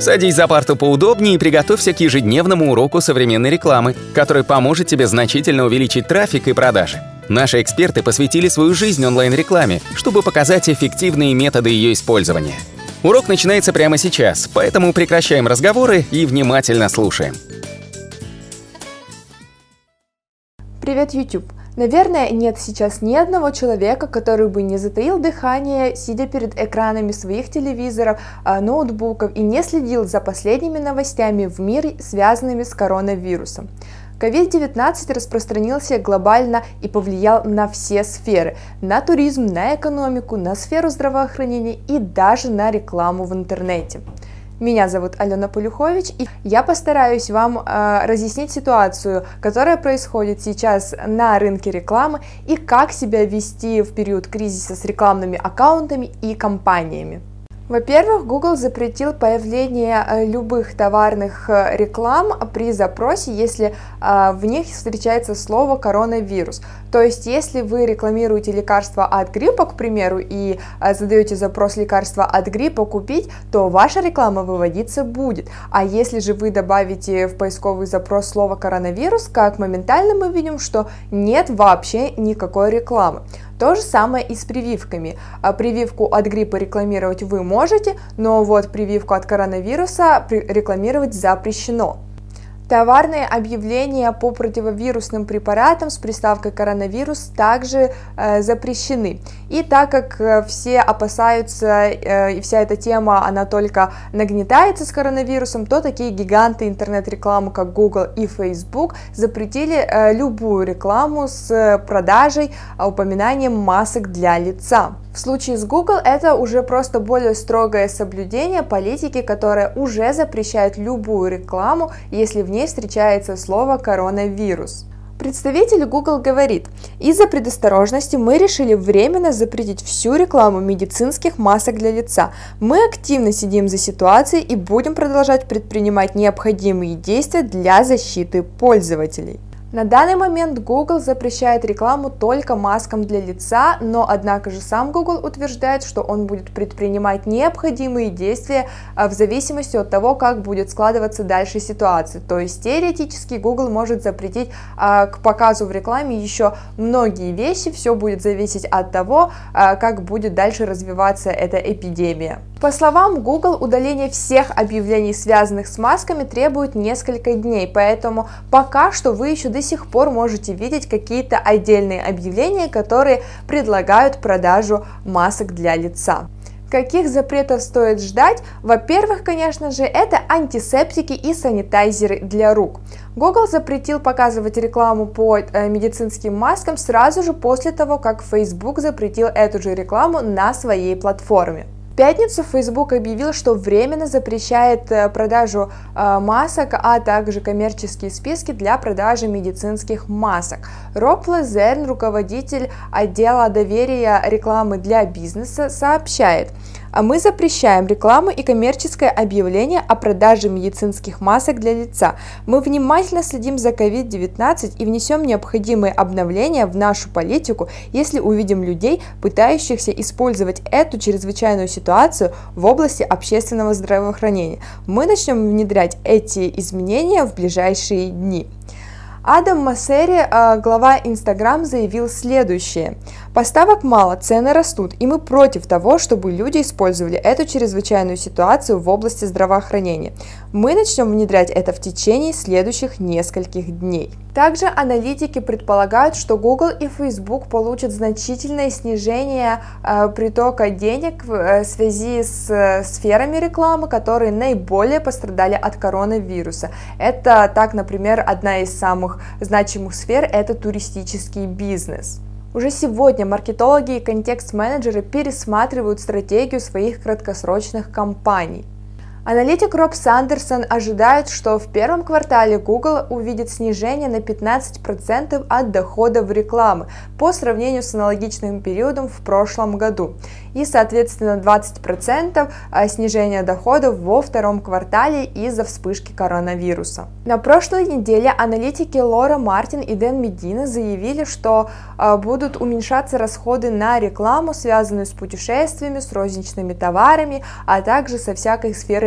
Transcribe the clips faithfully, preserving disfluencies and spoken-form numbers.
Садись за парту поудобнее и приготовься к ежедневному уроку современной рекламы, который поможет тебе значительно увеличить трафик и продажи. Наши эксперты посвятили свою жизнь онлайн-рекламе, чтобы показать эффективные методы ее использования. Урок начинается прямо сейчас, поэтому прекращаем разговоры и внимательно слушаем. Привет, YouTube! Наверное, нет сейчас ни одного человека, который бы не затаил дыхание, сидя перед экранами своих телевизоров, ноутбуков и не следил за последними новостями в мире, связанными с коронавирусом. ковид девятнадцать распространился глобально и повлиял на все сферы – на туризм, на экономику, на сферу здравоохранения и даже на рекламу в интернете. Меня зовут Алена Полюхович, и я постараюсь вам э, разъяснить ситуацию, которая происходит сейчас на рынке рекламы и как себя вести в период кризиса с рекламными аккаунтами и компаниями. Во-первых, Google запретил появление любых товарных реклам при запросе, если в них встречается слово «коронавирус». То есть, если вы рекламируете лекарство от гриппа, к примеру, и задаете запрос «лекарство от гриппа купить», то ваша реклама выводиться будет. А если же вы добавите в поисковый запрос слово «коронавирус», как моментально мы видим, что нет вообще никакой рекламы. То же самое и с прививками. Прививку от гриппа рекламировать вы можете, но вот прививку от коронавируса рекламировать запрещено. Товарные объявления по противовирусным препаратам с приставкой «коронавирус» также э, запрещены. И так как э, все опасаются, э, и вся эта тема, она только нагнетается с коронавирусом, то такие гиганты интернет-рекламы, как Google и Facebook, запретили э, любую рекламу с продажей, э, упоминанием масок для лица. В случае с Google это уже просто более строгое соблюдение политики, которая уже запрещает любую рекламу, если в ней встречается слово «коронавирус». Представитель Google говорит: из-за предосторожности мы решили временно запретить всю рекламу медицинских масок для лица. Мы активно следим за ситуацией и будем продолжать предпринимать необходимые действия для защиты пользователей. На данный момент Google запрещает рекламу только маскам для лица, но однако же сам Google утверждает, что он будет предпринимать необходимые действия в зависимости от того, как будет складываться дальше ситуация. То есть теоретически Google может запретить а, к показу в рекламе еще многие вещи, все будет зависеть от того, а, как будет дальше развиваться эта эпидемия. По словам Google, удаление всех объявлений, связанных с масками, требует несколько дней, поэтому пока что вы еще до сих пор можете видеть какие-то отдельные объявления, которые предлагают продажу масок для лица. Каких запретов стоит ждать? Во-первых, конечно же, это антисептики и санитайзеры для рук. Google запретил показывать рекламу по э, медицинским маскам сразу же после того, как Facebook запретил эту же рекламу на своей платформе. В пятницу Facebook объявил, что временно запрещает продажу э, масок, а также коммерческие списки для продажи медицинских масок. Роб Лазерн, руководитель отдела доверия рекламы для бизнеса, сообщает: а мы запрещаем рекламу и коммерческое объявление о продаже медицинских масок для лица. Мы внимательно следим за ковид девятнадцать и внесем необходимые обновления в нашу политику, если увидим людей, пытающихся использовать эту чрезвычайную ситуацию в области общественного здравоохранения. Мы начнем внедрять эти изменения в ближайшие дни. Адам Моссери, глава Instagram, заявил следующее: поставок мало, цены растут, и мы против того, чтобы люди использовали эту чрезвычайную ситуацию в области здравоохранения. Мы начнем внедрять это в течение следующих нескольких дней. Также аналитики предполагают, что Google и Facebook получат значительное снижение э, притока денег в э, связи с э, сферами рекламы, которые наиболее пострадали от коронавируса. Это так, например, одна из самых значимых сфер – это туристический бизнес. Уже сегодня маркетологи и контекст-менеджеры пересматривают стратегию своих краткосрочных кампаний. Аналитик Роб Сандерсон ожидает, что в первом квартале Google увидит снижение на пятнадцать процентов от доходов рекламы по сравнению с аналогичным периодом в прошлом году и, соответственно, двадцать процентов снижения доходов во втором квартале из-за вспышки коронавируса. На прошлой неделе аналитики Лора Мартин и Дэн Медина заявили, что будут уменьшаться расходы на рекламу, связанную с путешествиями, с розничными товарами, а также со всякой сферой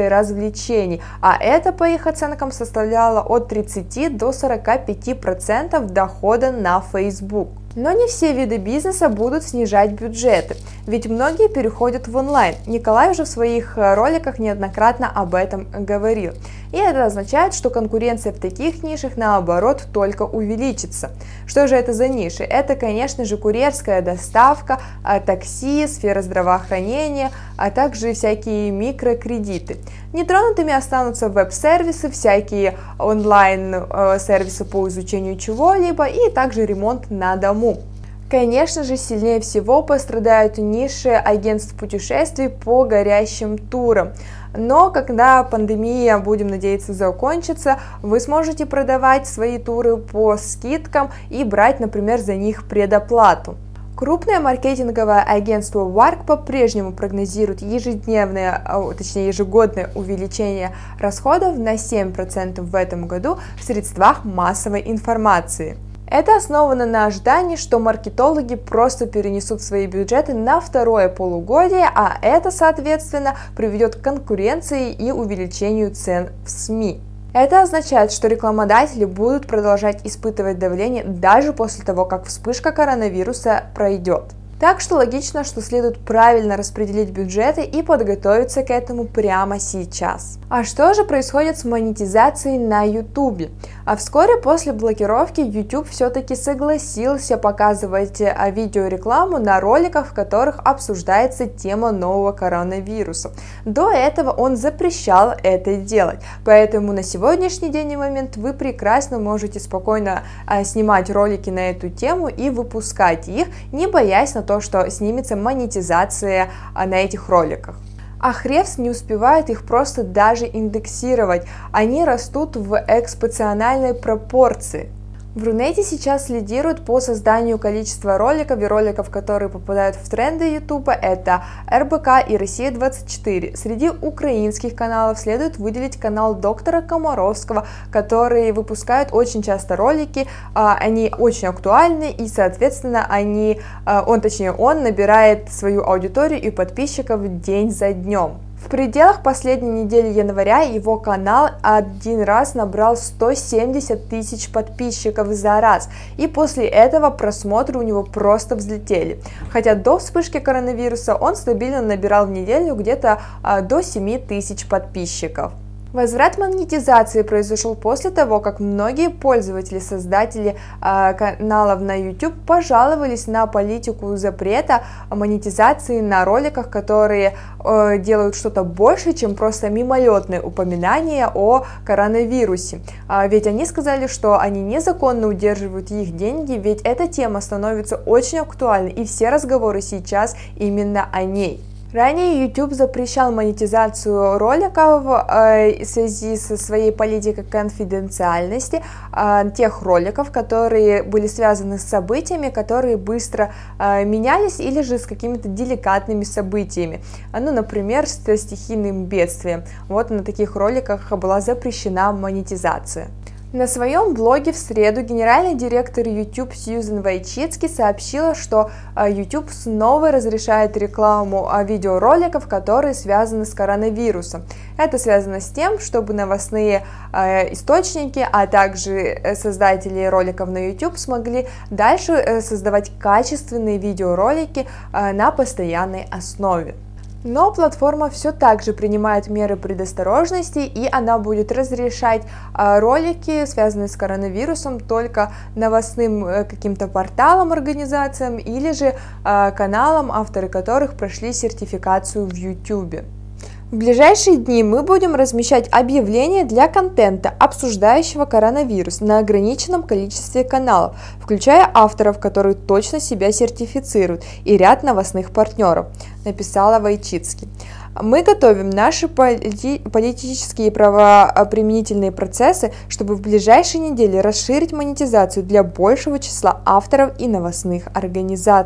и развлечений, а это, по их оценкам, составляло от тридцати до сорока пяти процентов дохода на Facebook. Но не все виды бизнеса будут снижать бюджеты, ведь многие переходят в онлайн. Николай уже в своих роликах неоднократно об этом говорил. И это означает, что конкуренция в таких нишах, наоборот, только увеличится. Что же это за ниши? Это, конечно же, курьерская доставка, такси, сфера здравоохранения, а также всякие микрокредиты. Нетронутыми останутся веб-сервисы, всякие онлайн-сервисы по изучению чего-либо и также ремонт на дому. Конечно же, сильнее всего пострадают ниши агентств путешествий по горящим турам. Но когда пандемия, будем надеяться, закончится, вы сможете продавать свои туры по скидкам и брать, например, за них предоплату. Крупное маркетинговое агентство Wark по-прежнему прогнозирует ежедневное, точнее ежегодное увеличение расходов на семь процентов в этом году в средствах массовой информации. Это основано на ожидании, что маркетологи просто перенесут свои бюджеты на второе полугодие, а это, соответственно, приведет к конкуренции и увеличению цен в СМИ. Это означает, что рекламодатели будут продолжать испытывать давление даже после того, как вспышка коронавируса пройдет. Так что логично, что следует правильно распределить бюджеты и подготовиться к этому прямо сейчас. А что же происходит с монетизацией на YouTube? А вскоре после блокировки YouTube все-таки согласился показывать видеорекламу на роликах, в которых обсуждается тема нового коронавируса. До этого он запрещал это делать, поэтому на сегодняшний день и момент вы прекрасно можете спокойно снимать ролики на эту тему и выпускать их, не боясь на то, что снимется монетизация на этих роликах. А Хревс не успевает их просто даже индексировать, они растут в экспоненциальной пропорции. В Рунете сейчас лидирует по созданию количества роликов и роликов, которые попадают в тренды YouTube, это эр бэ ка и Россия двадцать четыре. Среди украинских каналов следует выделить канал доктора Комаровского, который выпускает очень часто ролики, они очень актуальны и, соответственно, они, он, точнее, он набирает свою аудиторию и подписчиков день за днем. В пределах последней недели января его канал один раз набрал сто семьдесят тысяч подписчиков за раз, и после этого просмотры у него просто взлетели. Хотя до вспышки коронавируса он стабильно набирал в неделю где-то до семи тысяч подписчиков. Возврат монетизации произошел после того, как многие пользователи, создатели э, каналов на YouTube пожаловались на политику запрета монетизации на роликах, которые э, делают что-то больше, чем просто мимолетное упоминание о коронавирусе. А ведь они сказали, что они незаконно удерживают их деньги, ведь эта тема становится очень актуальной, и все разговоры сейчас именно о ней. Ранее YouTube запрещал монетизацию роликов э, в связи со своей политикой конфиденциальности э, тех роликов, которые были связаны с событиями, которые быстро э, менялись, или же с какими-то деликатными событиями, ну, например, с стихийным бедствием. Вот на таких роликах была запрещена монетизация. На своем блоге в среду генеральный директор YouTube Сьюзен Войчицки сообщила, что YouTube снова разрешает рекламу видеороликов, которые связаны с коронавирусом. Это связано с тем, чтобы новостные источники, а также создатели роликов на YouTube смогли дальше создавать качественные видеоролики на постоянной основе. Но платформа все так же принимает меры предосторожности, и она будет разрешать а, ролики, связанные с коронавирусом, только новостным а, каким-то порталам, организациям или же а, каналам, авторы которых прошли сертификацию в YouTube. В ближайшие дни мы будем размещать объявления для контента, обсуждающего коронавирус, на ограниченном количестве каналов, включая авторов, которые точно себя сертифицируют, и ряд новостных партнеров, написала Войчицки. Мы готовим наши полити- политические и правоприменительные процессы, чтобы в ближайшие недели расширить монетизацию для большего числа авторов и новостных организаций.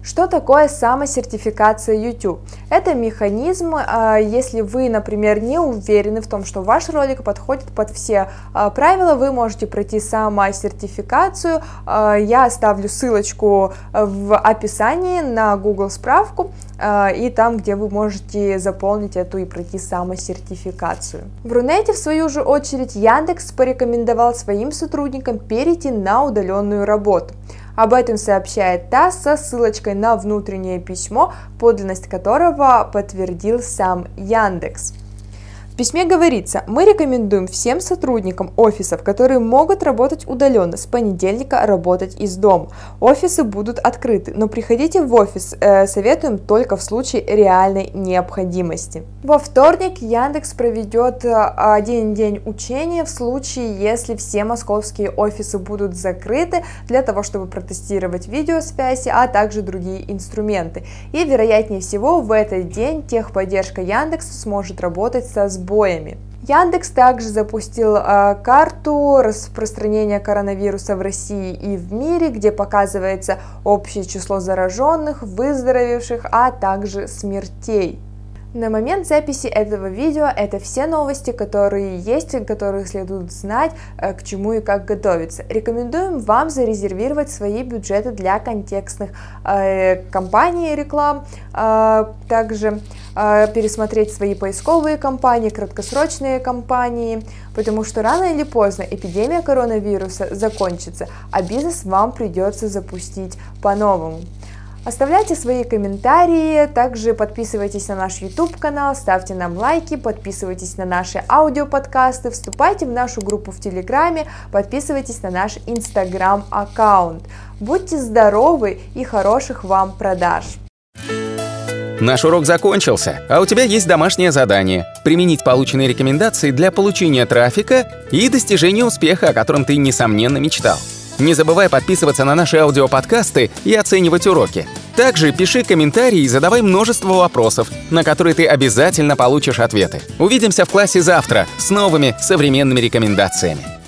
Что такое самосертификация YouTube? Это механизм, если вы, например, не уверены в том, что ваш ролик подходит под все правила, вы можете пройти самосертификацию. Я оставлю ссылочку в описании на Google справку и там, где вы можете заполнить эту и пройти самосертификацию. В Рунете, в свою же очередь, Яндекс порекомендовал своим сотрудникам перейти на удаленную работу. Об этом сообщает ТАСС со ссылочкой на внутреннее письмо, подлинность которого подтвердил сам Яндекс. В письме говорится: мы рекомендуем всем сотрудникам офисов, которые могут работать удаленно, с понедельника работать из дома. Офисы будут открыты, но приходите в офис э, советуем только в случае реальной необходимости. Во вторник Яндекс проведет один день учения в случае, если все московские офисы будут закрыты, для того, чтобы протестировать видеосвязи, а также другие инструменты. И вероятнее всего в этот день техподдержка Яндекса сможет работать со сбоями. Боями. Яндекс также запустил э, карту распространения коронавируса в России и в мире, где показывается общее число зараженных, выздоровевших, а также смертей. На момент записи этого видео это все новости, которые есть, которые следует знать, к чему и как готовиться. Рекомендуем вам зарезервировать свои бюджеты для контекстных э, кампаний реклам, э, также э, пересмотреть свои поисковые кампании, краткосрочные кампании, потому что рано или поздно эпидемия коронавируса закончится, а бизнес вам придется запустить по-новому. Оставляйте свои комментарии, также подписывайтесь на наш YouTube канал, ставьте нам лайки, подписывайтесь на наши аудиоподкасты, вступайте в нашу группу в Телеграме, подписывайтесь на наш Instagram аккаунт. Будьте здоровы и хороших вам продаж! Наш урок закончился, а у тебя есть домашнее задание – применить полученные рекомендации для получения трафика и достижения успеха, о котором ты, несомненно, мечтал. Не забывай подписываться на наши аудиоподкасты и оценивать уроки. Также пиши комментарии и задавай множество вопросов, на которые ты обязательно получишь ответы. Увидимся в классе завтра с новыми современными рекомендациями.